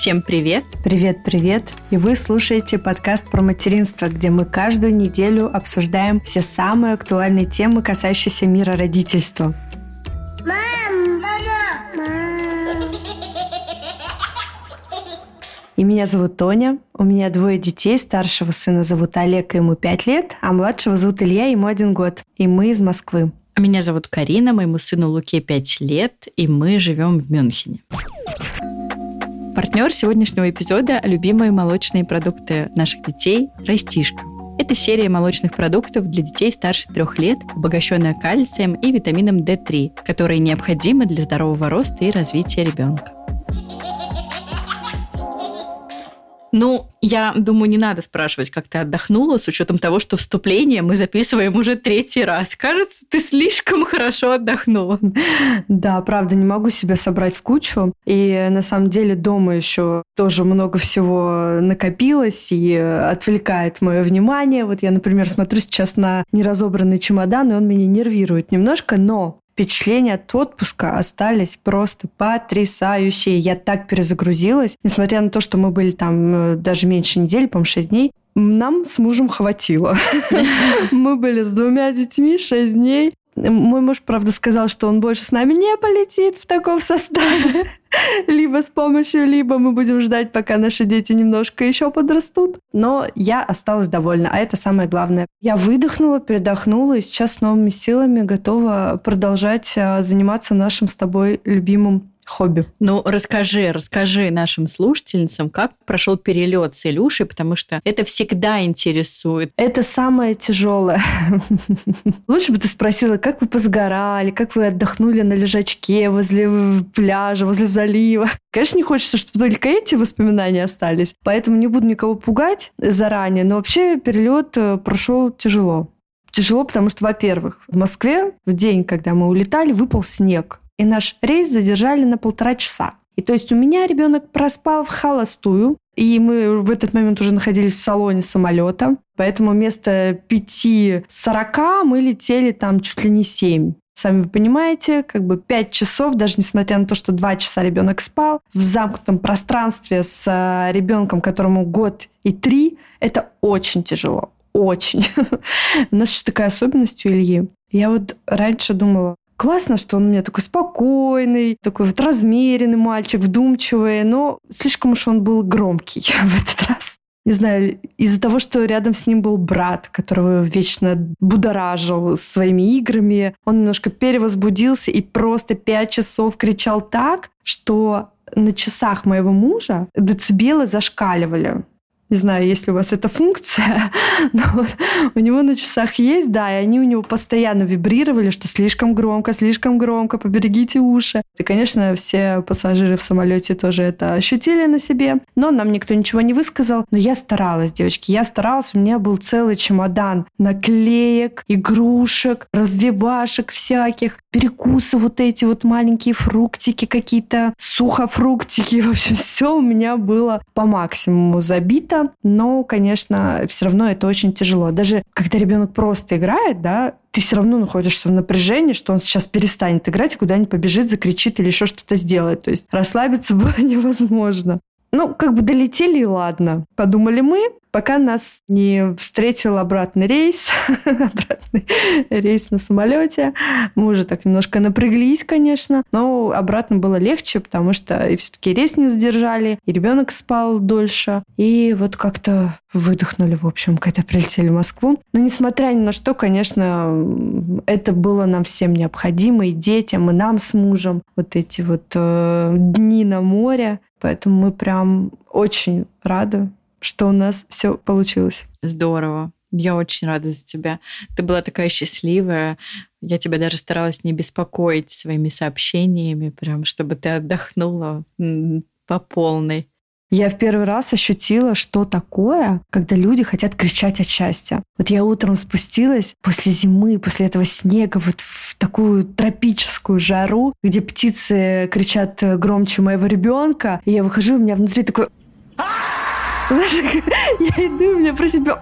Всем привет! Привет-привет! И вы слушаете подкаст про материнство, где мы каждую неделю обсуждаем все самые актуальные темы, касающиеся мира родительства. И меня зовут Тоня, у меня 2 детей, старшего сына зовут Олег, ему 5 лет, а младшего зовут Илья, ему 1 год, и мы из Москвы. Меня зовут Карина, моему сыну Луке 5 лет, и мы живем в Мюнхене. Партнер сегодняшнего эпизода – любимые молочные продукты наших детей «Растишка». Это серия молочных продуктов для детей старше 3 лет, обогащенная кальцием и витамином D3, которые необходимы для здорового роста и развития ребенка. Я думаю, не надо спрашивать, как ты отдохнула, с учетом того, что вступление мы записываем уже 3-й раз. Кажется, ты слишком хорошо отдохнула. Да, правда, не могу себя собрать в кучу. И на самом деле дома еще тоже много всего накопилось и отвлекает мое внимание. Вот я, например, смотрю сейчас на неразобранный чемодан, и он меня нервирует немножко, но впечатления от отпуска остались просто потрясающие. Я так перезагрузилась. Несмотря на то, что мы были там даже меньше недели, по-моему, 6 дней, нам с мужем хватило. Мы были с 2 детьми 6 дней. Мой муж, правда, сказал, что он больше с нами не полетит в таком составе. Либо с помощью, либо мы будем ждать, пока наши дети немножко еще подрастут. Но я осталась довольна, а это самое главное. Я выдохнула, передохнула и сейчас с новыми силами готова продолжать заниматься нашим с тобой любимым хобби. Расскажи нашим слушательницам, как прошел перелет с Илюшей, потому что это всегда интересует. Это самое тяжелое. Лучше бы ты спросила, как вы позагорали, как вы отдохнули на лежачке возле пляжа, возле залива. Конечно, не хочется, чтобы только эти воспоминания остались, поэтому не буду никого пугать заранее, но вообще перелет прошел тяжело. Тяжело, потому что, во-первых, в Москве в день, когда мы улетали, выпал снег. И наш рейс задержали на 1,5 часа. И то есть у меня ребенок проспал в холостую, и мы в этот момент уже находились в салоне самолета. Поэтому вместо 5:40 мы летели там чуть ли не 7. Сами вы понимаете, 5 часов, даже несмотря на то, что 2 часа ребенок спал, в замкнутом пространстве с ребенком, которому 1 год и 3, это очень тяжело. Очень. У нас еще такая особенность у Ильи. Я вот раньше думала, классно, что он у меня такой спокойный, такой вот размеренный мальчик, вдумчивый, но слишком уж он был громкий в этот раз. Не знаю, из-за того, что рядом с ним был брат, которого вечно будоражил своими играми, он немножко перевозбудился и просто 5 часов кричал так, что на часах моего мужа децибелы зашкаливали. Не знаю, есть ли у вас эта функция, но вот у него на часах есть, да, и они у него постоянно вибрировали, что слишком громко, поберегите уши. И, конечно, все пассажиры в самолете тоже это ощутили на себе, но нам никто ничего не высказал. Но я старалась, девочки, у меня был целый чемодан наклеек, игрушек, развивашек всяких, перекусы вот эти вот маленькие, фруктики какие-то, сухофруктики, в общем, все у меня было по максимуму забито. Но, конечно, все равно это очень тяжело. Даже когда ребенок просто играет, да, ты все равно находишься в напряжении, что он сейчас перестанет играть и куда-нибудь побежит, закричит или еще что-то сделает. То есть расслабиться было невозможно. Долетели и ладно. Подумали мы, пока нас не встретил обратный рейс на самолете. Мы уже так немножко напряглись, конечно, но обратно было легче, потому что и все-таки рейс не задержали, и ребенок спал дольше. И вот как-то выдохнули, в общем, когда прилетели в Москву. Но несмотря ни на что, конечно, это было нам всем необходимо, и детям, и нам с мужем. Вот эти вот дни на море. Поэтому мы прям очень рады, что у нас все получилось. Здорово. Я очень рада за тебя. Ты была такая счастливая. Я тебя даже старалась не беспокоить своими сообщениями, прям, чтобы ты отдохнула по полной. Я в первый раз ощутила, что такое, когда люди хотят кричать от счастья. Вот я утром спустилась после зимы, после этого снега, вот в такую тропическую жару, где птицы кричат громче моего ребенка, и я выхожу, у меня внутри такой... Я иду, у меня про себя...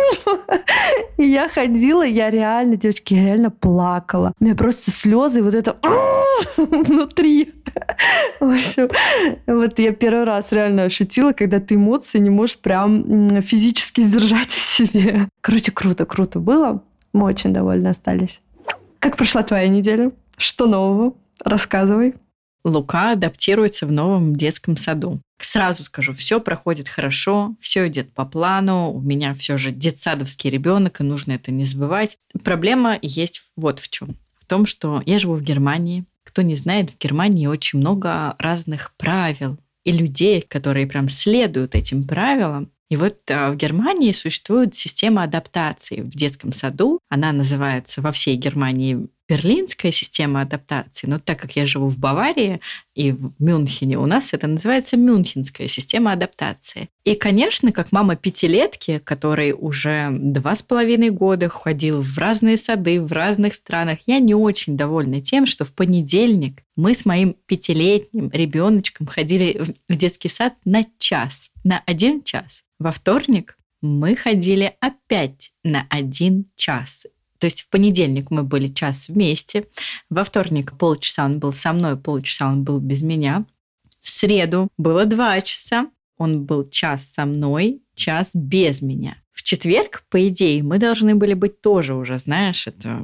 И я ходила, я реально плакала. У меня просто слезы, и вот это внутри. В общем, вот я первый раз реально ощутила, когда ты эмоции не можешь прям физически сдержать в себе. Короче, круто было. Мы очень довольны остались. Как прошла твоя неделя? Что нового? Рассказывай. Лука адаптируется в новом детском саду. Сразу скажу, все проходит хорошо, все идет по плану. У меня все же детсадовский ребенок, и нужно это не забывать. Проблема есть вот в чем. В том, что я живу в Германии. Кто не знает, в Германии очень много разных правил и людей, которые прям следуют этим правилам. И вот в Германии существует система адаптации в детском саду. Она называется во всей Германии берлинская система адаптации. Но так как я живу в Баварии и в Мюнхене, у нас это называется мюнхенская система адаптации. И, конечно, как мама пятилетки, который уже 2,5 года ходил в разные сады, в разных странах, я не очень довольна тем, что в понедельник мы с моим 5-летним ребеночком ходили в детский сад на 1 час. Во вторник мы ходили опять на 1 час. То есть в понедельник мы были час вместе, во вторник полчаса он был со мной, полчаса он был без меня. В среду было 2 часа, он был час со мной, час без меня. В четверг, по идее, мы должны были быть тоже уже, знаешь, это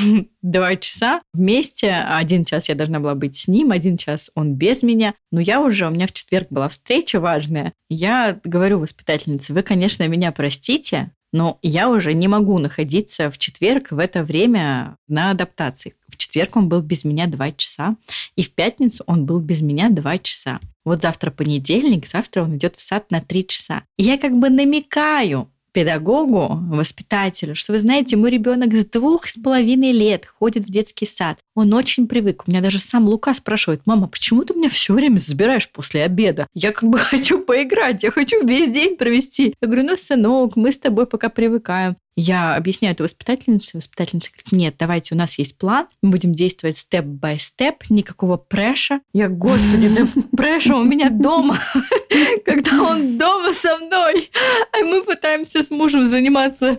2 часа вместе. 1 час я должна была быть с ним, 1 час он без меня. Но у меня в четверг была встреча важная. Я говорю воспитательнице, вы, конечно, меня простите, но я уже не могу находиться в четверг в это время на адаптации. В четверг он был без меня 2 часа, и в пятницу он был без меня 2 часа. Вот завтра понедельник, завтра он идет в сад на 3 часа. И я как бы намекаю педагогу, воспитателю, что, вы знаете, мой ребенок с 2,5 лет ходит в детский сад. Он очень привык. У меня даже сам Лука спрашивает: мама, почему ты меня все время забираешь после обеда? Я как бы хочу поиграть, я хочу весь день провести. Я говорю, сынок, мы с тобой пока привыкаем. Я объясняю это воспитательнице. Воспитательница говорит, нет, давайте, у нас есть план, мы будем действовать степ-бай-степ, никакого преша. Я, господи, да преша у меня дома, когда он дома со мной, а мы пытаемся с мужем заниматься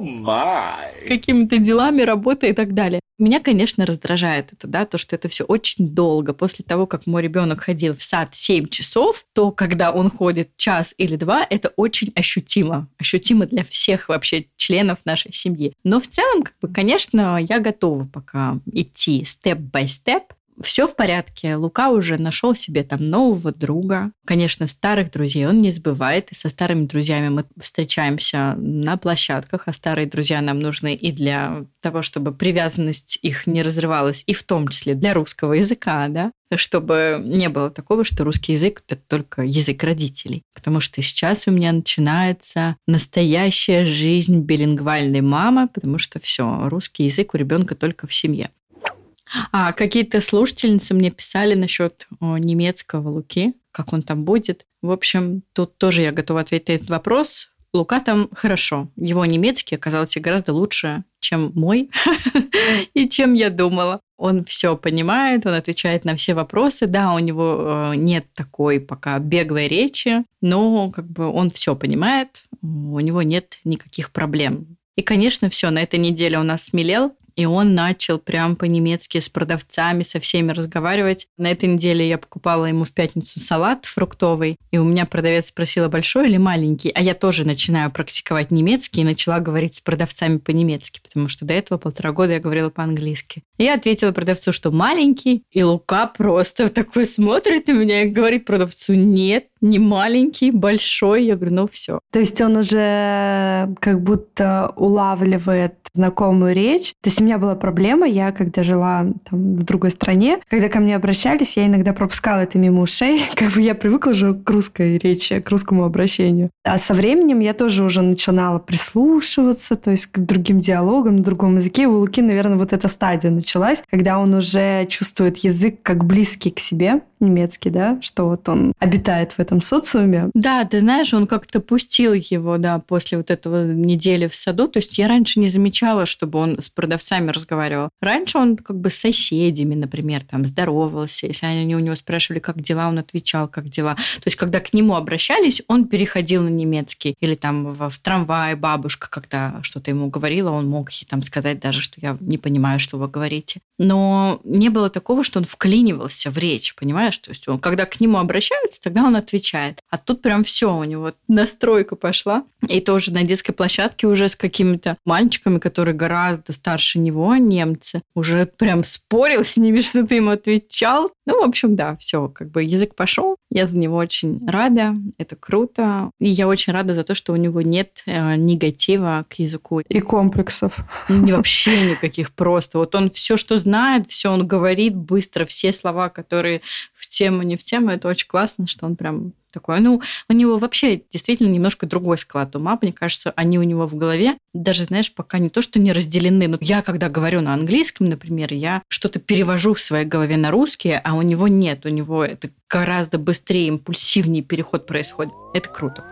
какими-то делами, работой и так далее. Меня, конечно, раздражает это, да, то, что это все очень долго. После того, как мой ребенок ходил в сад 7 часов, то, когда он ходит 1 или 2 часа, это очень ощутимо. Ощутимо для всех вообще членов нашей семьи. Но в целом, конечно, я готова пока идти степ-бай-степ. Все в порядке. Лука уже нашел себе там нового друга. Конечно, старых друзей он не забывает. И со старыми друзьями мы встречаемся на площадках. А старые друзья нам нужны и для того, чтобы привязанность их не разрывалась, и в том числе для русского языка, да? Чтобы не было такого, что русский язык – это только язык родителей. Потому что сейчас у меня начинается настоящая жизнь билингвальной мамы, потому что все, русский язык у ребенка только в семье. А какие-то слушательницы мне писали насчет немецкого Луки, как он там будет. В общем, тут тоже я готова ответить на этот вопрос. Лука там хорошо. Его немецкий оказался гораздо лучше, чем мой и чем я думала. Он все понимает, он отвечает на все вопросы. Да, у него нет такой пока беглой речи, но как бы он все понимает, у него нет никаких проблем. И, конечно, все, на этой неделе он осмелел, и он начал прям по-немецки с продавцами, со всеми разговаривать. На этой неделе я покупала ему в пятницу салат фруктовый, и у меня продавец спросила, большой или маленький, а я тоже начинаю практиковать немецкий и начала говорить с продавцами по-немецки, потому что до этого 1,5 года я говорила по-английски. И я ответила продавцу, что маленький, и Лука просто такой смотрит на меня и говорит продавцу, нет, не маленький, большой. Я говорю, все. То есть он уже как будто улавливает знакомую речь. То есть у меня была проблема, я когда жила там в другой стране, когда ко мне обращались, я иногда пропускала это мимо ушей. Как бы я привыкла уже к русской речи, к русскому обращению. А со временем я тоже уже начинала прислушиваться, то есть к другим диалогам на другом языке. У Луки, наверное, вот эта стадия началась, когда он уже чувствует язык как близкий к себе, немецкий, да, что вот он обитает в этом социуме. Да, ты знаешь, он как-то пустил его, да, после вот этого недели в саду. То есть я раньше не замечала замечала, чтобы он с продавцами разговаривал. Раньше он как бы с соседями, например, там здоровался. Если они у него спрашивали, как дела, он отвечал, как дела. То есть, когда к нему обращались, он переходил на немецкий. Или там в трамвае бабушка, когда что-то ему говорила, он мог ей там сказать даже, что я не понимаю, что вы говорите. Но не было такого, что он вклинивался в речь, понимаешь? То есть, когда к нему обращаются, тогда он отвечает. А тут прям все у него настройка пошла. И тоже на детской площадке уже с какими-то мальчиками, которые гораздо старше него, немцы, уже прям спорил с ними, что ты ему отвечал. Ну, в общем, да, все, как бы язык пошел. Я за него очень рада, это круто. И я очень рада за то, что у него нет негатива к языку. И комплексов. И вообще никаких просто. Вот он все, что знает, все он говорит быстро, все слова, которые в тему, не в тему, это очень классно, что он прям такой. Ну, у него вообще действительно немножко другой склад ума. Мне кажется, они у него в голове даже, знаешь, пока не то, что не разделены. Но я, когда говорю на английском, например, я что-то перевожу в своей голове на русский, а у него нет. У него это гораздо быстрее, импульсивнее переход происходит. Это круто.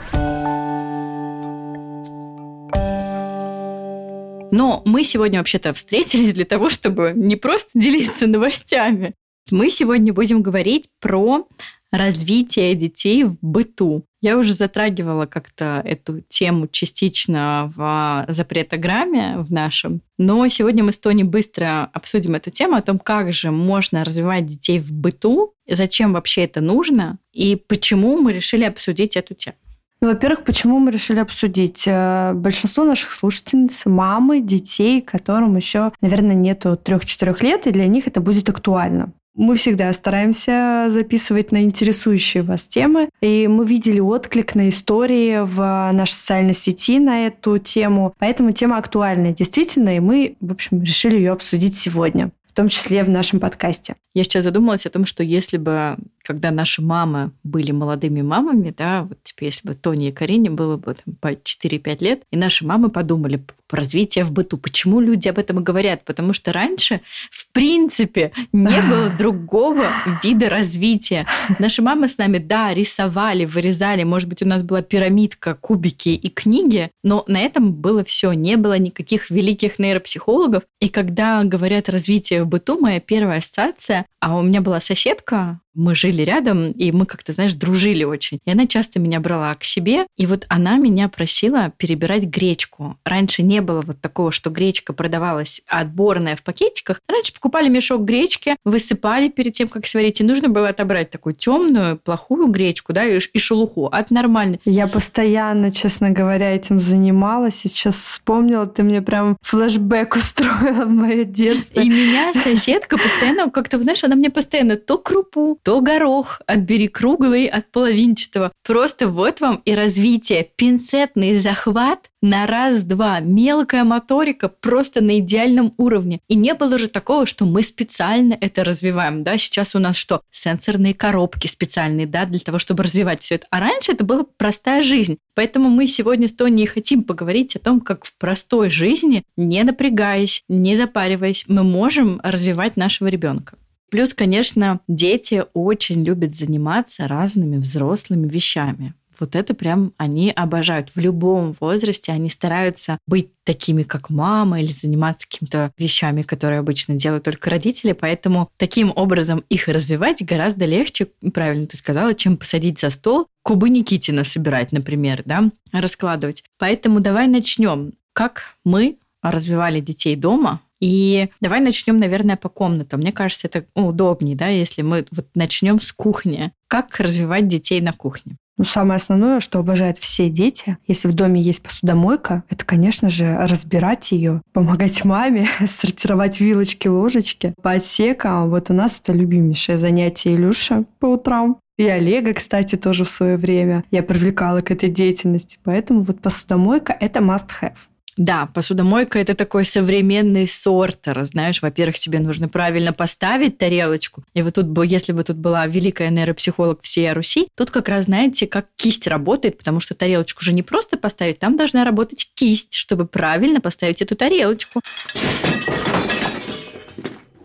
Но мы сегодня вообще-то встретились для того, чтобы не просто делиться новостями. Мы сегодня будем говорить про развитие детей в быту. Я уже затрагивала как-то эту тему частично в запретограмме в нашем, но сегодня мы с Тони быстро обсудим эту тему о том, как же можно развивать детей в быту, зачем вообще это нужно и почему мы решили обсудить эту тему. Ну, во-первых, почему мы решили обсудить? Большинство наших слушательниц – мамы детей, которым еще, наверное, нету 3-4 лет, и для них это будет актуально. Мы всегда стараемся записывать на интересующие вас темы, и мы видели отклик на истории в нашей социальной сети на эту тему, поэтому тема актуальная действительно, и мы, в общем, решили ее обсудить сегодня, в том числе в нашем подкасте. Я сейчас задумалась о том, что если бы, когда наши мамы были молодыми мамами, да, вот типа если бы Тоне и Карине было бы там, по 4-5 лет, и наши мамы подумали про развитие в быту. Почему люди об этом и говорят? Потому что раньше, в принципе, не было другого вида развития. Наши мамы с нами, да, рисовали, вырезали, может быть, у нас была пирамидка, кубики и книги, но на этом было все. Не было никаких великих нейропсихологов. И когда говорят развитие в быту, моя первая ассоциация, а у меня была соседка, мы жили рядом, и мы как-то, знаешь, дружили очень. И она часто меня брала к себе, и вот она меня просила перебирать гречку. Раньше не было вот такого, что гречка продавалась отборная в пакетиках. Раньше покупали мешок гречки, высыпали перед тем, как сварить, и нужно было отобрать такую темную, плохую гречку, да, и шелуху от нормальной. Я постоянно, честно говоря, этим занималась, и сейчас вспомнила, ты мне прям флешбэк устроила в мое детство. И меня соседка постоянно, как-то, знаешь, она мне постоянно то крупу, то горох, отбери круглый от половинчатого. Просто вот вам и развитие. Пинцетный захват на раз-два. Мелкая моторика просто на идеальном уровне. И не было же такого, что мы специально это развиваем. Да? Сейчас у нас что? Сенсорные коробки специальные, да, для того, чтобы развивать все это. А раньше это была простая жизнь. Поэтому мы сегодня с Тони и хотим поговорить о том, как в простой жизни, не напрягаясь, не запариваясь, мы можем развивать нашего ребенка. Плюс, конечно, дети очень любят заниматься разными взрослыми вещами. Вот это прям они обожают. В любом возрасте они стараются быть такими, как мама, или заниматься какими-то вещами, которые обычно делают только родители. Поэтому таким образом их развивать гораздо легче, правильно ты сказала, чем посадить за стол, кубы Никитина собирать, например, да, раскладывать. Поэтому давай начнем. Как мы развивали детей дома? И давай начнем, наверное, по комнатам. Мне кажется, это удобнее, да, если мы вот начнем с кухни. Как развивать детей на кухне? Ну, самое основное, что обожают все дети, если в доме есть посудомойка, это, конечно же, разбирать ее, помогать маме, сортировать вилочки, ложечки по отсекам. Вот у нас это любимейшее занятие Илюши по утрам. И Олега, кстати, тоже в свое время я привлекала к этой деятельности. Поэтому вот посудомойка – это must-have. Да, посудомойка – это такой современный сортер. Знаешь, во-первых, тебе нужно правильно поставить тарелочку. И вот тут, если бы тут была великая нейропсихолог всей Руси, тут как раз знаете, как кисть работает, потому что тарелочку же не просто поставить, там должна работать кисть, чтобы правильно поставить эту тарелочку.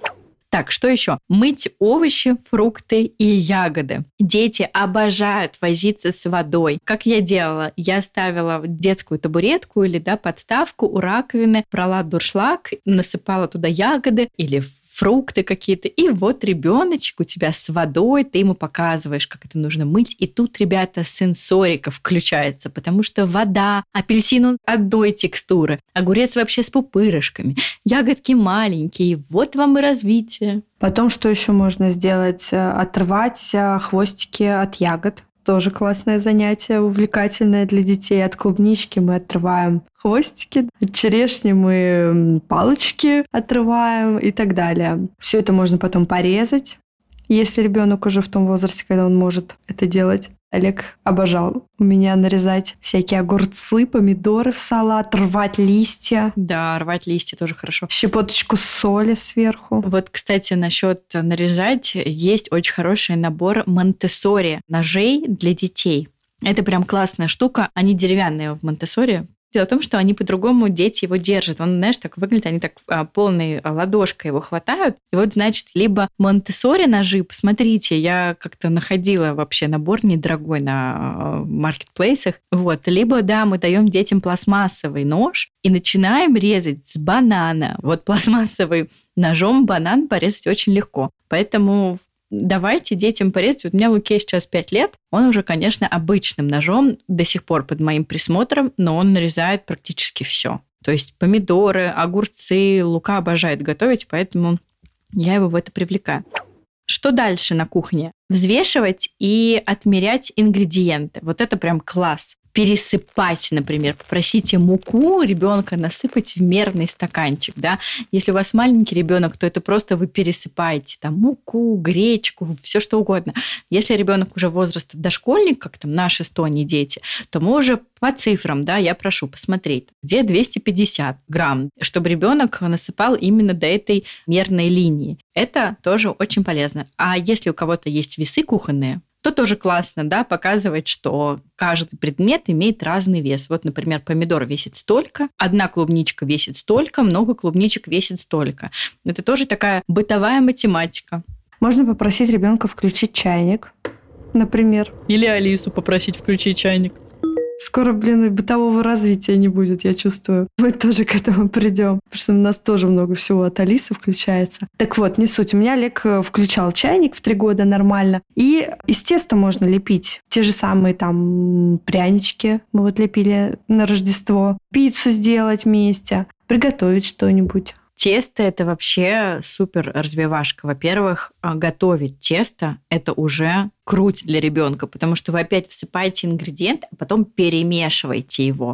Так, что еще? Мыть овощи, фрукты и ягоды. Дети обожают возиться с водой. Как я делала? Я ставила детскую табуретку или подставку у раковины, брала дуршлаг, насыпала туда ягоды или фрукты какие-то, и вот ребеночек у тебя с водой, ты ему показываешь, как это нужно мыть, и тут, ребята, сенсорика включается, потому что вода, апельсин он одной текстуры, огурец вообще с пупырышками, ягодки маленькие, вот вам и развитие. Потом, что еще можно сделать? Отрывать хвостики от ягод. Тоже классное занятие, увлекательное для детей. От клубнички мы отрываем хвостики, от черешни мы палочки отрываем и так далее. Все это можно потом порезать, если ребенок уже в том возрасте, когда он может это делать. Олег обожал у меня нарезать всякие огурцы, помидоры в салат, рвать листья. Да, рвать листья тоже хорошо. Щепоточку соли сверху. Вот, кстати, насчет нарезать, есть очень хороший набор Монтессори ножей для детей. Это прям классная штука. Они деревянные в Монтессори. Дело в том, что они по-другому, дети его держат. Он, знаешь, так выглядит, они так полной ладошкой его хватают. И вот, значит, либо Монтессори ножи, посмотрите, я как-то находила вообще набор недорогой на маркетплейсах. Вот. Либо, да, мы даем детям пластмассовый нож и начинаем резать с банана. Вот пластмассовым ножом банан порезать очень легко. Поэтому давайте детям порезать. Вот у меня Луке сейчас 5 лет. Он уже, конечно, обычным ножом до сих пор под моим присмотром, но он нарезает практически все. То есть помидоры, огурцы. Лука обожает готовить, поэтому я его в это привлекаю. Что дальше на кухне? Взвешивать и отмерять ингредиенты. Вот это прям класс. Пересыпать, например, попросите муку ребенка насыпать в мерный стаканчик, да. Если у вас маленький ребенок, то это просто вы пересыпаете там муку, гречку, все что угодно. Если ребенок уже возраста дошкольник, как там наши 100 не дети, то мы уже по цифрам, да, я прошу посмотреть, где 250 грамм, чтобы ребенок насыпал именно до этой мерной линии. Это тоже очень полезно. А если у кого-то есть весы кухонные, то тоже классно, да, показывать, что каждый предмет имеет разный вес. Вот, например, помидор весит столько, одна клубничка весит столько, много клубничек весит столько. Это тоже такая бытовая математика. Можно попросить ребенка включить чайник, например. Или Алису попросить включить чайник. Скоро, и бытового развития не будет, я чувствую. Мы тоже к этому придем, потому что у нас тоже много всего от Алисы включается. Так вот, не суть. У меня Олег включал чайник в 3 года нормально. И из теста можно лепить те же самые там прянички. Мы вот лепили на Рождество. Пиццу сделать вместе. Приготовить что-нибудь. Тесто – это вообще супер развивашка. Во-первых, готовить тесто – это уже круть для ребенка, потому что вы опять всыпаете ингредиент, а потом перемешиваете его.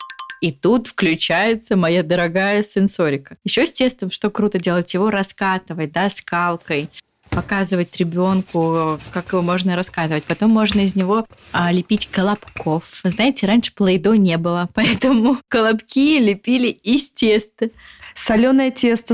И тут включается моя дорогая сенсорика. Еще с тестом что круто делать? Его раскатывать, да, скалкой. Показывать ребенку, как его можно раскатывать. Потом можно из него лепить колобков. Вы знаете, раньше плей-до не было, поэтому колобки лепили из теста. Соленое тесто.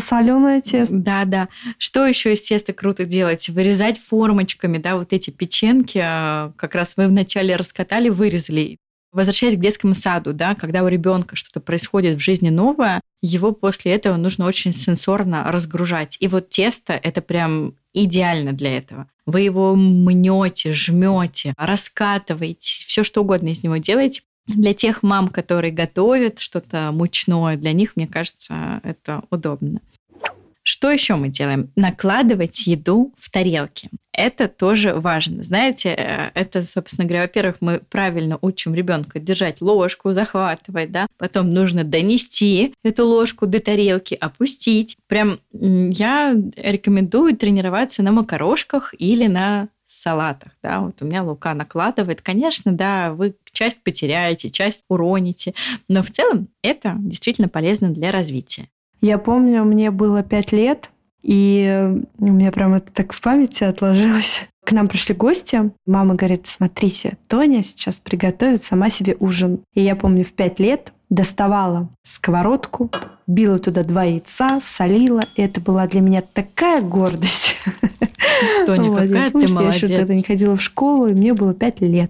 Да. Что еще из теста круто делать? Вырезать формочками, да, вот эти печенки, как раз вы вначале раскатали, вырезали. Возвращаясь к детскому саду, да, когда у ребенка что-то происходит в жизни новое, его после этого нужно очень сенсорно разгружать. И вот тесто – это прям идеально для этого. Вы его мнете, жмете, раскатываете, все что угодно из него делаете. Для тех мам, которые готовят что-то мучное, для них, мне кажется, это удобно. Что еще мы делаем? Накладывать еду в тарелки. Это тоже важно. Знаете, это, собственно говоря, во-первых, мы правильно учим ребенка держать ложку, захватывать, да. Потом нужно донести эту ложку до тарелки, опустить. Прям я рекомендую тренироваться на макарошках или на салатах, да, вот у меня Лука накладывает. Конечно, да, вы часть потеряете, часть уроните, но в целом это действительно полезно для развития. Я помню, мне было 5 лет, и у меня прям это так в памяти отложилось. К нам пришли гости. Мама говорит: смотрите, Тоня сейчас приготовит сама себе ужин. И я помню, в 5 лет доставала сковородку, била туда 2 яйца, солила. И это была для меня такая гордость. Тоня, какая ты молодец. Я еще тогда не ходила в школу, и мне было 5 лет.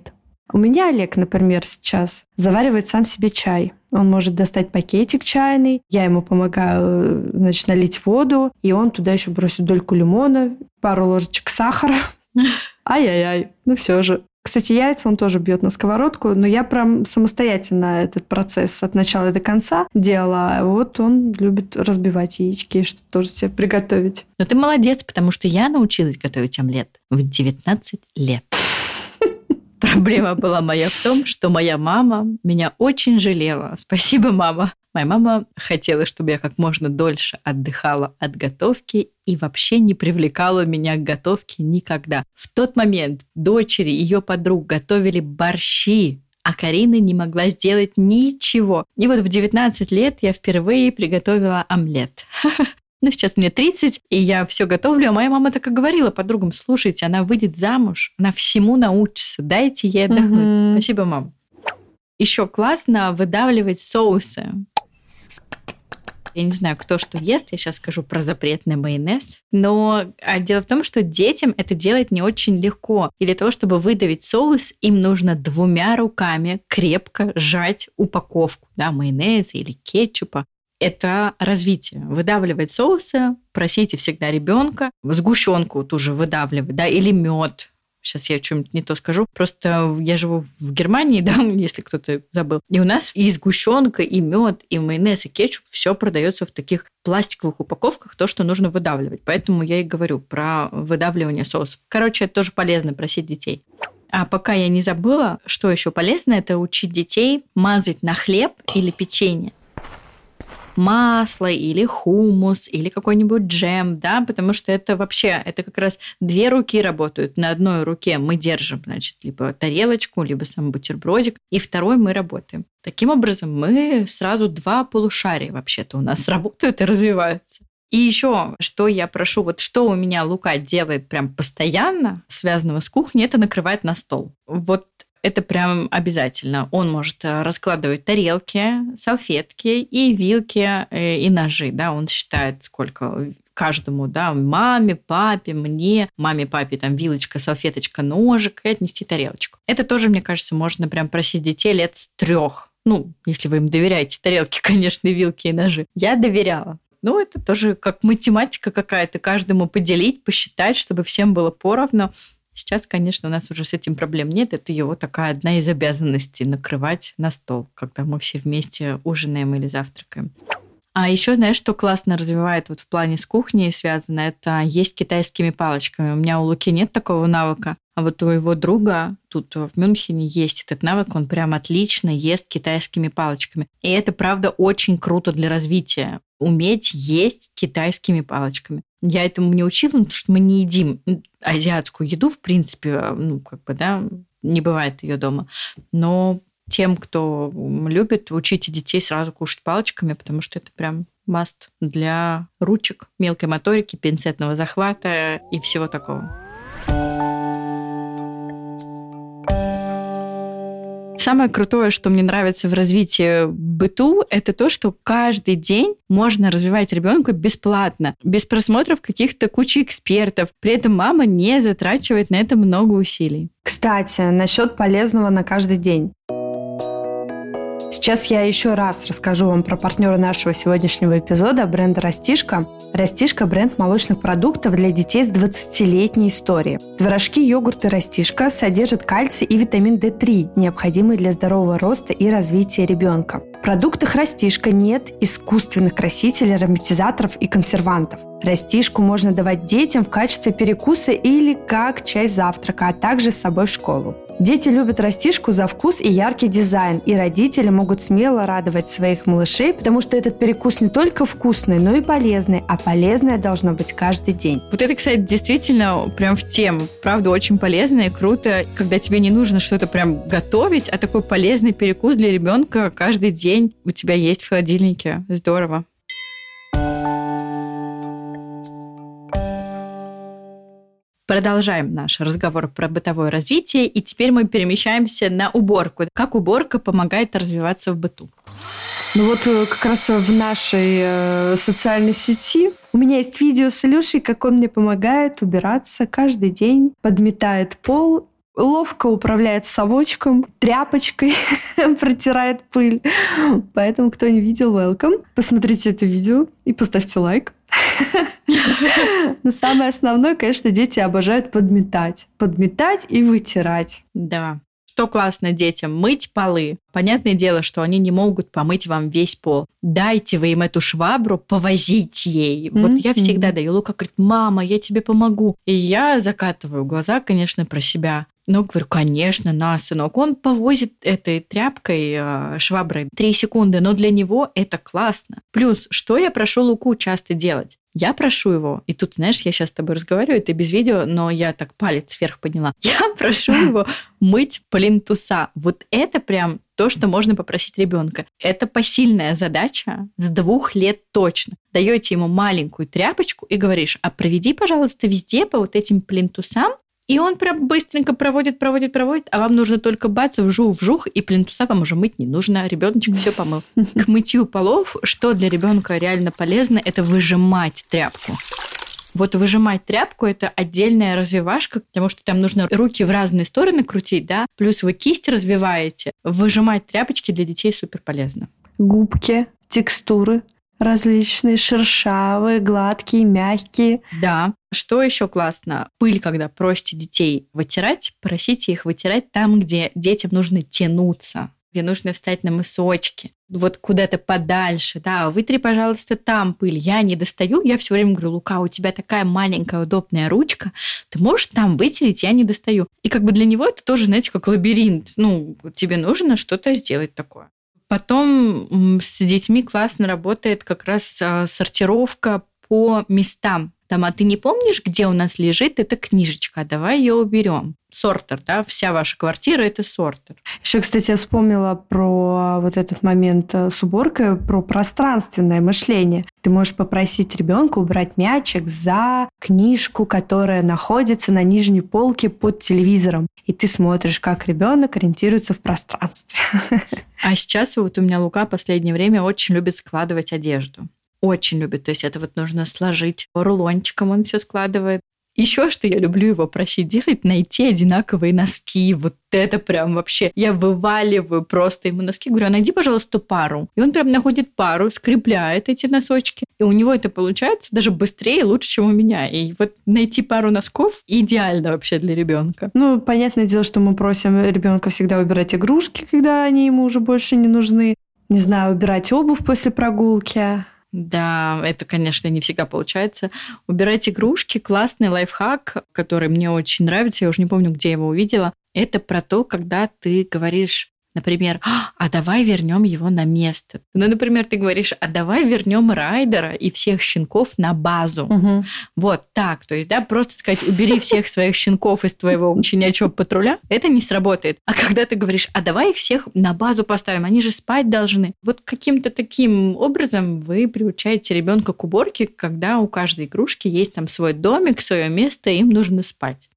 У меня Олег, например, сейчас заваривает сам себе чай. Он может достать пакетик чайный, я ему помогаю, значит, налить воду, и он туда еще бросит дольку лимона, пару ложечек сахара. Ай-яй-яй, ну все же. Кстати, яйца он тоже бьет на сковородку, но я прям самостоятельно этот процесс от начала до конца делала. Вот он любит разбивать яички, что тоже себе приготовить. Но ты молодец, потому что я научилась готовить омлет в 19 лет. Проблема была моя в том, что моя мама меня очень жалела. Спасибо, мама. Моя мама хотела, чтобы я как можно дольше отдыхала от готовки и вообще не привлекала меня к готовке никогда. В тот момент дочери ее подруг готовили борщи, а Карина не могла сделать ничего. И вот в 19 лет я впервые приготовила омлет. Ну, сейчас мне 30, и я все готовлю. А моя мама так и говорила подругам: слушайте, она выйдет замуж, она всему научится, дайте ей отдохнуть. Спасибо, мам. Еще классно выдавливать соусы. Я не знаю, кто что ест, я сейчас скажу про запретный майонез. Но дело в том, что детям это делать не очень легко. И для того, чтобы выдавить соус, им нужно 2 руками крепко сжать упаковку, да, майонеза или кетчупа. Это развитие. Выдавливать соусы, просите всегда ребенка, сгущенку ту же выдавливать, да, или мед. Сейчас я что-нибудь не то скажу. Просто я живу в Германии, да, если кто-то забыл. И у нас и сгущенка, и мед, и майонез, и кетчуп все продается в таких пластиковых упаковках, то, что нужно выдавливать. Поэтому я и говорю про выдавливание соусов. Короче, это тоже полезно просить детей. А пока я не забыла, что еще полезно, это учить детей мазать на хлеб или печенье масло или хумус или какой-нибудь джем, да, потому что это вообще, это как раз 2 руки работают. На одной руке мы держим, значит, либо тарелочку, либо сам бутербродик, и второй мы работаем. Таким образом, мы сразу 2 полушария вообще-то у нас работают и развиваются. И еще, что я прошу, вот что у меня Лука делает прям постоянно, связанного с кухней, это накрывать на стол. Вот это прям обязательно. Он может раскладывать тарелки, салфетки и вилки и ножи. Да? Он считает, сколько каждому, да, маме, папе, мне, маме, папе, там, вилочка, салфеточка, ножик, и отнести тарелочку. Это тоже, мне кажется, можно прям просить детей лет с 3. Ну, если вы им доверяете тарелки, конечно, вилки и ножи. Я доверяла. Ну, это тоже как математика какая-то, каждому поделить, посчитать, чтобы всем было поровну. Сейчас, конечно, у нас уже с этим проблем нет. Это его такая одна из обязанностей — накрывать на стол, когда мы все вместе ужинаем или завтракаем. А еще, знаешь, что классно развивает вот в плане с кухней связано, это есть китайскими палочками. У меня у Луки нет такого навыка, а вот у его друга тут в Мюнхене есть этот навык, он прям отлично ест китайскими палочками. И это, правда, очень круто для развития. Уметь есть китайскими палочками. Я этому не учила, потому что мы не едим азиатскую еду, в принципе, ну, как бы, да, не бывает ее дома. Но тем, кто любит, учите детей сразу кушать палочками, потому что это прям маст для ручек, мелкой моторики, пинцетного захвата и всего такого. Самое крутое, что мне нравится в развитии быту, это то, что каждый день можно развивать ребенка бесплатно, без просмотров каких-то кучи экспертов. При этом мама не затрачивает на это много усилий. Кстати, насчет полезного на каждый день. Сейчас я еще раз расскажу вам про партнера нашего сегодняшнего эпизода, бренда «Растишка». «Растишка» – бренд молочных продуктов для детей с 20-летней историей. Творожки, йогурты «Растишка» содержат кальций и витамин D3, необходимые для здорового роста и развития ребенка. В продуктах «Растишка» нет искусственных красителей, ароматизаторов и консервантов. «Растишку» можно давать детям в качестве перекуса или как часть завтрака, а также с собой в школу. Дети любят «Растишку» за вкус и яркий дизайн, и родители могут смело радовать своих малышей, потому что этот перекус не только вкусный, но и полезный, а полезное должно быть каждый день. Вот это, кстати, действительно прям в тему. Правда, очень полезно и круто, когда тебе не нужно что-то прям готовить, а такой полезный перекус для ребенка каждый день у тебя есть в холодильнике. Здорово. Продолжаем наш разговор про бытовое развитие, и теперь мы перемещаемся на уборку. Как уборка помогает развиваться в быту? Ну вот как раз в нашей социальной сети у меня есть видео с Илюшей, как он мне помогает убираться каждый день, подметает пол ловко управляет совочком, тряпочкой протирает пыль. Поэтому, кто не видел, welcome. Посмотрите это видео и поставьте лайк. Но самое основное, конечно, дети обожают подметать. Подметать и вытирать. Да. Что классно детям? Мыть полы. Понятное дело, что они не могут помыть вам весь пол. Дайте вы им эту швабру, повозить ей. Вот я всегда даю. Лука говорит: мама, я тебе помогу. И я закатываю глаза, конечно, про себя. Ну, говорю, конечно, на, сынок. Он повозит этой тряпкой, шваброй 3 секунды, но для него это классно. Плюс, что я прошу Луку часто делать? Я прошу его, и тут, знаешь, я сейчас с тобой разговариваю, это без видео, но я так палец вверх подняла. Я прошу его мыть плинтуса. Вот это прям то, что можно попросить ребенка. Это посильная задача с 2 лет точно. Даете ему маленькую тряпочку и говоришь: а проведи, пожалуйста, везде по вот этим плинтусам. И он прям быстренько проводит, а вам нужно только бац, вжух, и плинтуса вам уже мыть не нужно. Ребеночек все помыл. К мытью полов, что для ребенка реально полезно, это выжимать тряпку. Вот выжимать тряпку – это отдельная развивашка, потому что там нужно руки в разные стороны крутить, да, плюс вы кисть развиваете. Выжимать тряпочки для детей супер полезно. Губки, текстуры различные, шершавые, гладкие, мягкие. Да. Что еще классно? Пыль, когда просите детей вытирать, просите их вытирать там, где детям нужно тянуться, где нужно встать на мысочки, вот куда-то подальше. Да, вытри, пожалуйста, там пыль. Я не достаю, я все время говорю: Лука, у тебя такая маленькая удобная ручка, ты можешь там вытереть, я не достаю. И как бы для него это тоже, знаете, как лабиринт. Ну, тебе нужно что-то сделать такое. Потом с детьми классно работает как раз сортировка по местам. Там, а ты не помнишь, где у нас лежит эта книжечка? Давай ее уберем. Сортер, да, вся ваша квартира – это сортер. Еще, кстати, я вспомнила про вот этот момент с уборкой, про пространственное мышление. Ты можешь попросить ребенка убрать мячик за книжку, которая находится на нижней полке под телевизором. И ты смотришь, как ребенок ориентируется в пространстве. А сейчас вот у меня Лука в последнее время очень любит складывать одежду. Очень любит. То есть это вот нужно сложить рулончиком, он все складывает. Еще что я люблю его просить делать, найти одинаковые носки. Вот это прям вообще. Я вываливаю просто ему носки. Говорю: а найди, пожалуйста, пару. И он прям находит пару, скрепляет эти носочки. И у него это получается даже быстрее и лучше, чем у меня. И вот найти пару носков идеально вообще для ребенка. Ну, понятное дело, что мы просим ребенка всегда убирать игрушки, когда они ему уже больше не нужны. Не знаю, убирать обувь после прогулки. Да, это, конечно, не всегда получается. Убирать игрушки – классный лайфхак, который мне очень нравится. Я уже не помню, где я его увидела. Это про то, когда ты говоришь, например: а давай вернем его на место. Ну, например, ты говоришь: а давай вернем Райдера и всех щенков на базу. Угу. Вот так. То есть, да, просто сказать: убери всех своих щенков из твоего щенячьего патруля, это не сработает. А когда ты говоришь: а давай их всех на базу поставим, они же спать должны. Вот каким-то таким образом вы приучаете ребенка к уборке, когда у каждой игрушки есть там свой домик, свое место, им нужно спать.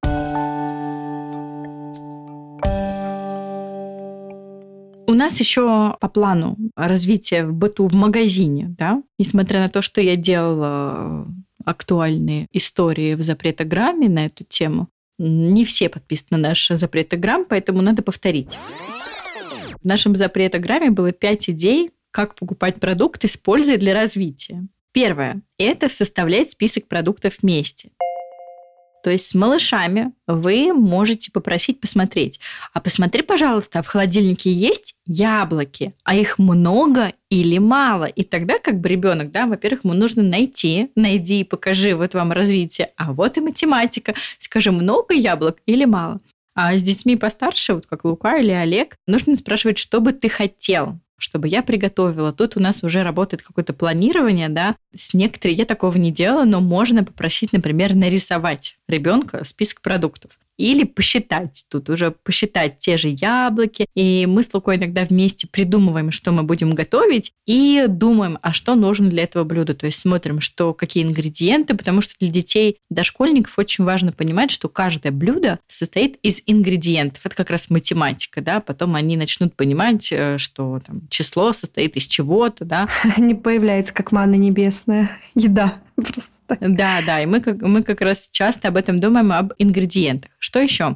У нас еще по плану развития в быту в магазине, да, несмотря на то, что я делала актуальные истории в запретограмме на эту тему, не все подписаны на наш запретограмм, поэтому надо повторить. В нашем запретограмме было 5 идей, как покупать продукты с пользой для развития. Первое – это составлять список продуктов вместе. То есть с малышами вы можете попросить посмотреть: а посмотри, пожалуйста, а в холодильнике есть яблоки, а их много или мало? И тогда как бы ребенок, да, во-первых, ему нужно найди и покажи, вот вам развитие, а вот и математика, скажи, много яблок или мало. А с детьми постарше, вот как Лука или Олег, нужно спрашивать: что бы ты хотел, чтобы я приготовила. Тут у нас уже работает какое-то планирование, да. С некоторыми я такого не делала, но можно попросить, например, нарисовать ребенка список продуктов. Или посчитать. Тут уже посчитать те же яблоки. И мы с Лукой иногда вместе придумываем, что мы будем готовить, и думаем, а что нужно для этого блюда. То есть смотрим, какие ингредиенты, потому что для детей, дошкольников очень важно понимать, что каждое блюдо состоит из ингредиентов. Это как раз математика, да. Потом они начнут понимать, что там число состоит из чего-то, да. Не появляется как манна небесная еда. Просто. Да, и мы как раз часто об этом думаем, об ингредиентах. Что еще?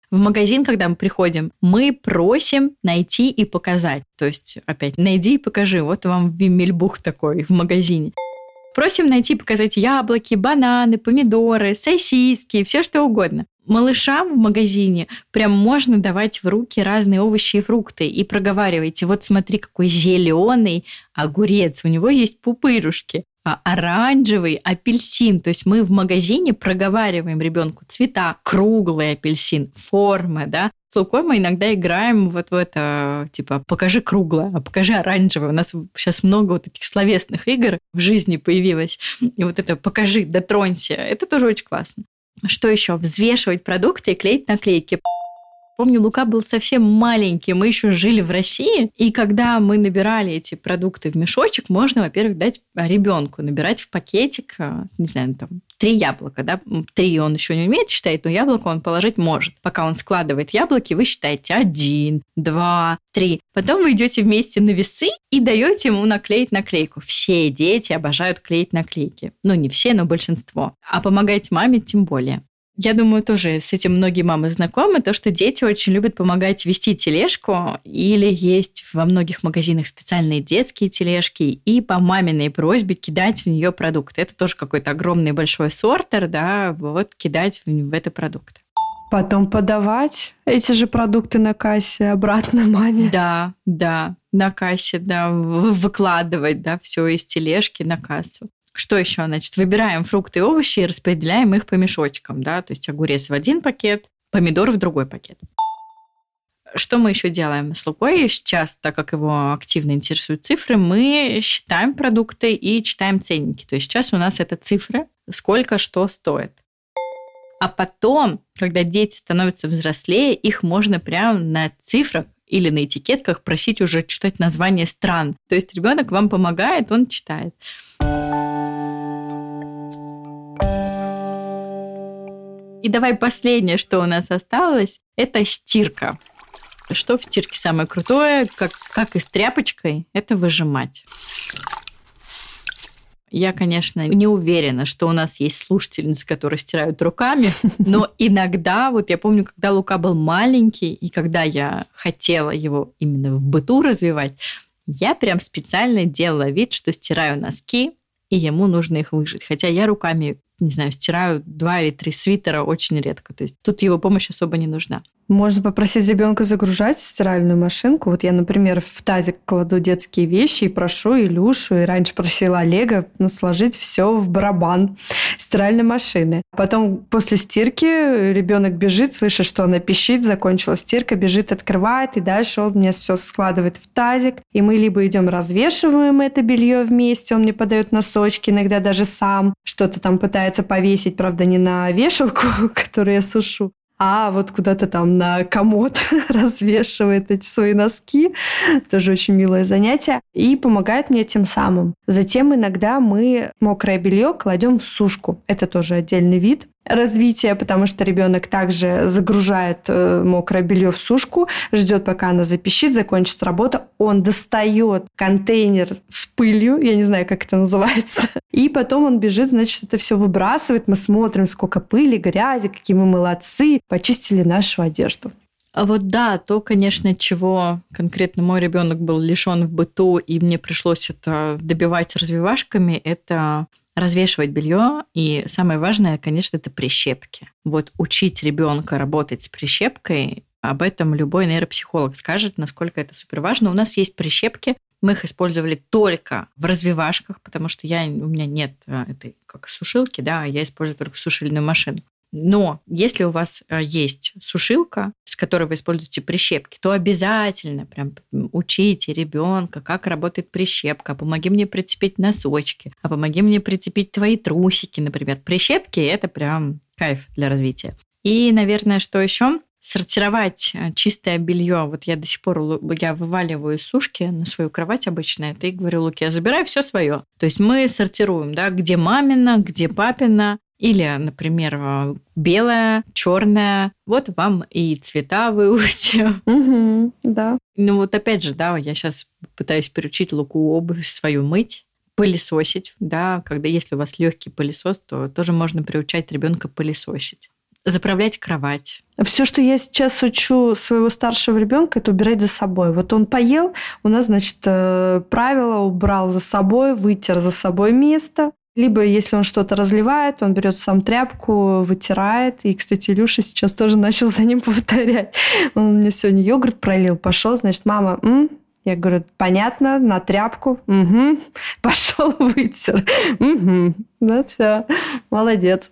В магазин, когда мы приходим, мы просим найти и показать. То есть, опять, найди и покажи. Вот вам виммельбух такой в магазине. Просим найти и показать яблоки, бананы, помидоры, сосиски, все что угодно. Малышам в магазине прям можно давать в руки разные овощи и фрукты. И проговаривайте, вот смотри, какой зеленый огурец, у него есть пупырушки. Оранжевый апельсин. То есть мы в магазине проговариваем ребенку цвета, круглый апельсин, формы, да. С Лукой мы иногда играем вот в это, типа, покажи круглое, а покажи оранжевое. У нас сейчас много вот этих словесных игр в жизни появилось. И вот это покажи, дотронься. Это тоже очень классно. Что еще? Взвешивать продукты и клеить наклейки. Помню, Лука был совсем маленький, мы еще жили в России, и когда мы набирали эти продукты в мешочек, можно, во-первых, дать ребенку набирать в пакетик, не знаю, там, 3 яблока, да, 3 он еще не умеет считать, но яблоко он положить может. Пока он складывает яблоки, вы считаете 1, 2, 3. Потом вы идете вместе на весы и даете ему наклеить наклейку. Все дети обожают клеить наклейки. Ну, не все, но большинство. А помогать маме тем более. Я думаю, тоже с этим многие мамы знакомы, то, что дети очень любят помогать вести тележку, или есть во многих магазинах специальные детские тележки, и по маминой просьбе кидать в нее продукты. Это тоже какой-то огромный большой сортер, да, вот кидать в это продукты. Потом подавать эти же продукты на кассе обратно маме. Да, на кассе, да, выкладывать, да, все из тележки на кассу. Что еще? Значит, выбираем фрукты и овощи и распределяем их по мешочкам, да, то есть огурец в один пакет, помидор в другой пакет. Что мы еще делаем с Лукой? Сейчас, так как его активно интересуют цифры, мы считаем продукты и читаем ценники. То есть сейчас у нас это цифры, сколько что стоит. А потом, когда дети становятся взрослее, их можно прямо на цифрах или на этикетках просить уже читать названия стран. То есть ребенок вам помогает, он читает. И давай последнее, что у нас осталось, это стирка. Что в стирке самое крутое, как и с тряпочкой, это выжимать. Я, конечно, не уверена, что у нас есть слушательницы, которые стирают руками, но иногда, вот я помню, когда Лука был маленький, и когда я хотела его именно в быту развивать, я прям специально делала вид, что стираю носки, и ему нужно их выжать. Хотя я руками, не знаю, стираю 2 или 3 свитера очень редко. То есть тут его помощь особо не нужна. Можно попросить ребенка загружать стиральную машинку. Вот я, например, в тазик кладу детские вещи и прошу Илюшу, и раньше просила Олега сложить все в барабан стиральной машины. Потом после стирки ребенок бежит, слышит, что она пищит, закончила стирка, бежит, открывает, и дальше он мне все складывает в тазик. И мы либо идем развешиваем это белье вместе, он мне подает носочки, иногда даже сам что-то там пытается повесить, правда, не на вешалку, которую я сушу, а вот куда-то там на комод развешивает эти свои носки. Тоже очень милое занятие. И помогает мне тем самым. Затем иногда мы мокрое белье кладем в сушку. Это тоже отдельный вид развития, потому что ребенок также загружает мокрое белье в сушку, ждет, пока она запищит, закончится работа, он достает контейнер с пылью, я не знаю, как это называется, и потом он бежит, значит, это все выбрасывает, мы смотрим, сколько пыли, грязи, какие мы молодцы, почистили нашу одежду. А вот да, то, конечно, чего конкретно мой ребенок был лишен в быту, и мне пришлось это добивать развивашками, это развешивать белье, и самое важное, конечно, это прищепки. Вот учить ребенка работать с прищепкой, об этом любой нейропсихолог скажет, насколько это супер важно. У нас есть прищепки, мы их использовали только в развивашках, потому что у меня нет этой как сушилки, да, я использую только сушильную машину. Но если у вас есть сушилка, с которой вы используете прищепки, то обязательно прям учите ребенка, как работает прищепка. Помоги мне прицепить носочки, а помоги мне прицепить твои трусики, например. Прищепки – это прям кайф для развития. И, наверное, что еще? Сортировать чистое белье. Вот я до сих пор вываливаю из сушки на свою кровать обычно. Это и говорю Луке, забирай все свое. То есть мы сортируем, да, где мамина, где папина. Или, например, белая, черная. Вот вам и цвета выучу. Угу, да. Ну вот опять же, да, я сейчас пытаюсь приучить Луку обувь свою мыть, пылесосить, да, если у вас легкий пылесос, то тоже можно приучать ребенка пылесосить. заправлять кровать. Все, что я сейчас учу своего старшего ребенка, это убирать за собой. Вот он поел, у нас, значит, правило: убрал за собой, вытер за собой место. Либо, если он что-то разливает, он берет сам тряпку, вытирает. И, кстати, Илюша сейчас тоже начал за ним повторять. Он мне сегодня йогурт пролил, пошел, значит, мама, Я говорю, понятно, на тряпку. Угу. Пошел, вытер. Угу. Ну все, молодец.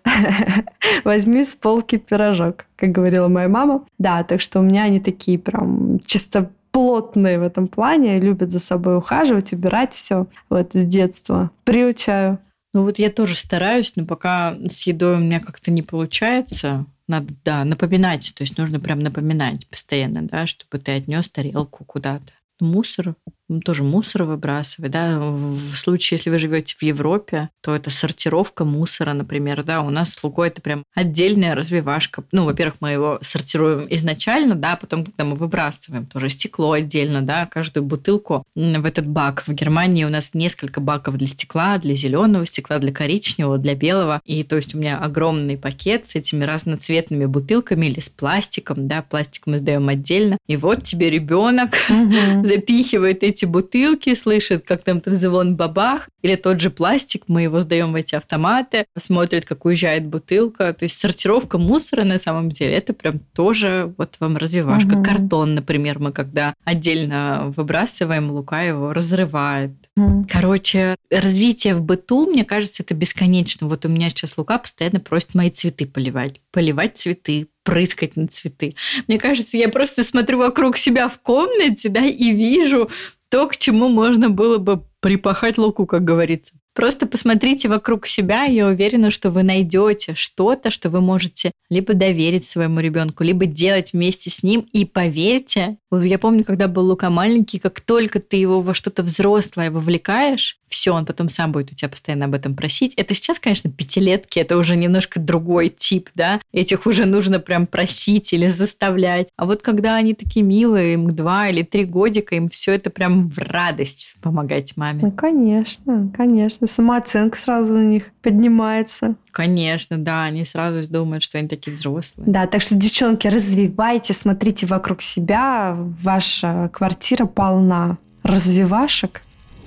Возьми с полки пирожок, как говорила моя мама. Да, так что у меня они такие прям чисто плотные в этом плане, любят за собой ухаживать, убирать все. Вот с детства приучаю. Ну вот я тоже стараюсь, но пока с едой у меня как-то не получается. Надо, напоминать. То есть нужно прям напоминать постоянно, да, чтобы ты отнес тарелку куда-то. Мусор, тоже мусор выбрасывать, да. В случае, если вы живете в Европе, то это сортировка мусора, например, да. У нас с Лукой это прям отдельная развивашка. Ну, во-первых, мы его сортируем изначально, да, потом, когда мы выбрасываем, тоже стекло отдельно, да, каждую бутылку в этот бак. В Германии у нас несколько баков для стекла, для зеленого стекла, для коричневого, для белого. И то есть у меня огромный пакет с этими разноцветными бутылками или с пластиком, да, пластик мы сдаем отдельно. И вот тебе ребенок запихивает эти бутылки, слышит, как там этот звон бабах, или тот же пластик, мы его сдаем в эти автоматы, смотрит, как уезжает бутылка. То есть сортировка мусора на самом деле, это прям тоже вот вам развивашка. Картон, например, мы когда отдельно выбрасываем, Лука его разрывает. Короче, развитие в быту, мне кажется, это бесконечно. Вот у меня сейчас Лука постоянно просит мои цветы поливать. Поливать цветы, прыскать на цветы. Мне кажется, я просто смотрю вокруг себя в комнате, да, и вижу то, к чему можно было бы припахать Луку, как говорится. Просто посмотрите вокруг себя, и я уверена, что вы найдете что-то, что вы можете либо доверить своему ребенку, либо делать вместе с ним. И поверьте, вот я помню, когда был Лука маленький, как только ты его во что-то взрослое вовлекаешь, все, он потом сам будет у тебя постоянно об этом просить. Это сейчас, конечно, пятилетки, это уже немножко другой тип, да, этих уже нужно прям просить или заставлять. А вот когда они такие милые, им 2 или 3 годика, им все это прям в радость помогать маме. Ну, конечно, конечно. Самооценка сразу у них поднимается. Конечно, да, они сразу думают, что они такие взрослые. Да, так что, девчонки, развивайте, смотрите вокруг себя. Ваша квартира полна развивашек.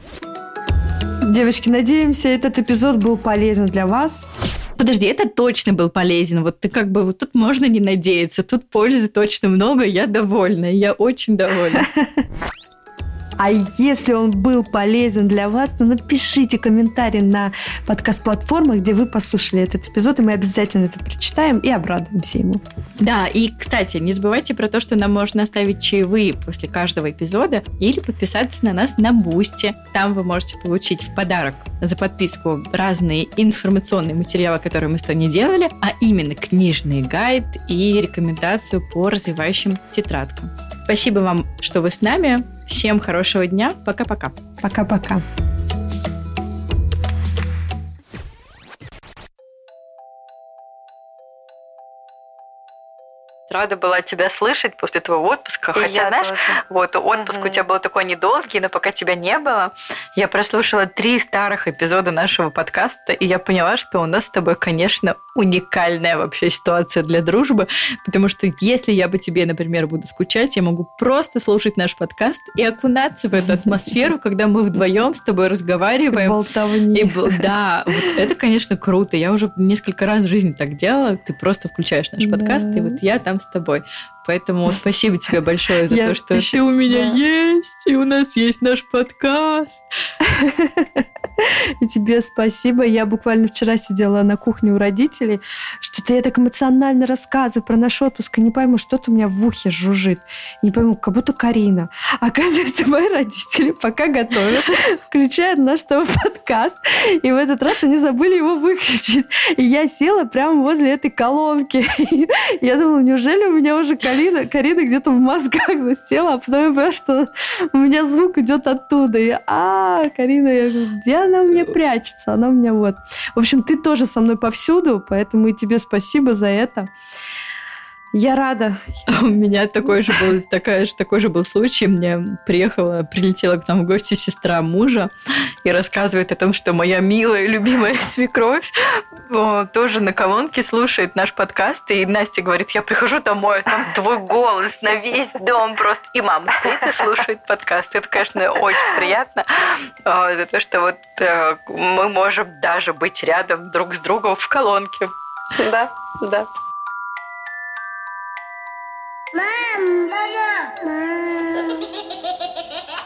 Девочки, надеемся, этот эпизод был полезен для вас. Подожди, это точно был полезен. Вот ты как бы вот тут можно не надеяться. Тут пользы точно много, я довольна. Я очень довольна. А если он был полезен для вас, то напишите комментарий на подкаст-платформах, где вы послушали этот эпизод, и мы обязательно это прочитаем и обрадуемся ему. Да, и, кстати, не забывайте про то, что нам можно оставить чаевые после каждого эпизода или подписаться на нас на Бусти. Там вы можете получить в подарок за подписку разные информационные материалы, которые мы с тобой не делали, а именно книжный гайд и рекомендацию по развивающим тетрадкам. Спасибо вам, что вы с нами. Всем хорошего дня. Пока-пока. Пока-пока. Рада была тебя слышать после твоего отпуска. Хотя, знаешь, тоже. Вот отпуск у тебя был такой недолгий, но пока тебя не было, я прослушала 3 старых эпизода нашего подкаста, и я поняла, что у нас с тобой, конечно, уникальная вообще ситуация для дружбы, потому что если я по тебе, например, буду скучать, я могу просто слушать наш подкаст и окунаться в эту атмосферу, когда мы вдвоем с тобой разговариваем. Болтовни. Да, вот это, конечно, круто. Я уже несколько раз в жизни так делала. Ты просто включаешь наш подкаст, и вот я там с тобой. Поэтому спасибо тебе большое за то, что ты у меня есть, и у нас есть наш подкаст. И тебе спасибо. Я буквально вчера сидела на кухне у родителей, что-то я так эмоционально рассказываю про наш отпуск, и не пойму, что-то у меня в ухе жужжит. Не пойму, как будто Карина. Оказывается, мои родители пока готовят, включают наш с тобой подкаст, и в этот раз они забыли его выключить. И я села прямо возле этой колонки. Я думала, неужели у меня уже Карина где-то в мозгах засела, а потом я поняла, что у меня звук идет оттуда. И Карина, я говорю, где она у меня прячется? Она у меня вот. В общем, ты тоже со мной повсюду, поэтому и тебе спасибо за это. Я рада. У меня такой же был случай. Прилетела к нам в гости сестра мужа и рассказывает о том, что моя милая, любимая свекровь тоже на колонке слушает наш подкаст. И Настя говорит, я прихожу домой, а там твой голос на весь дом просто. И мама стоит и слушает подкаст. Это, конечно, очень приятно. За то, что мы можем даже быть рядом друг с другом в колонке. Да. Мам!